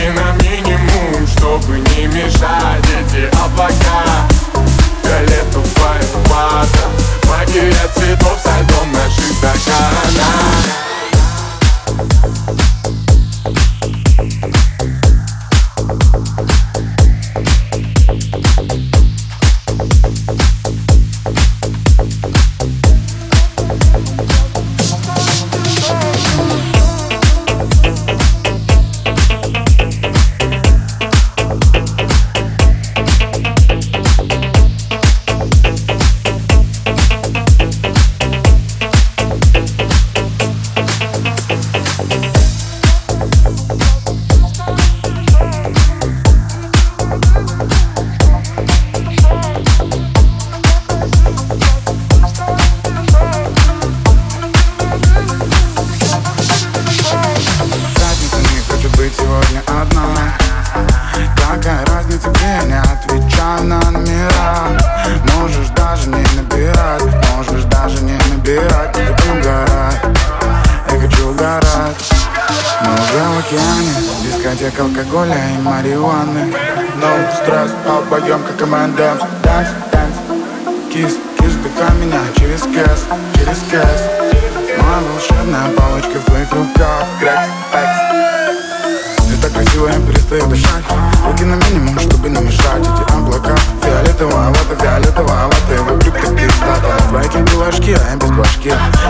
Руки на минимум, чтобы не мешать эти облака. Фиолетовая вата, магия цветов со льдом наших стаканах. Сегодня одна. Какая разница, где не отвечаю на номера. Можешь даже не набирать, можешь даже не набирать. Я хочу угорать, я хочу угорать. Мы уже в океане, дискотека алкоголя и марихуаны. No стресс, обойдем как M&M's. Dance, dance, kiss, kiss, вдыхай меня через кэс, через кэс. Моя волшебная палочка в твоих руках. Грекс, экс. Так красиво, я перестаю дышать. Руки на минимум, чтобы не мешать. Эти облака, фиолетовая вата, фиолетовая вата. Я вокруг так пиздата. Твои кемпи ложки, а я без башки.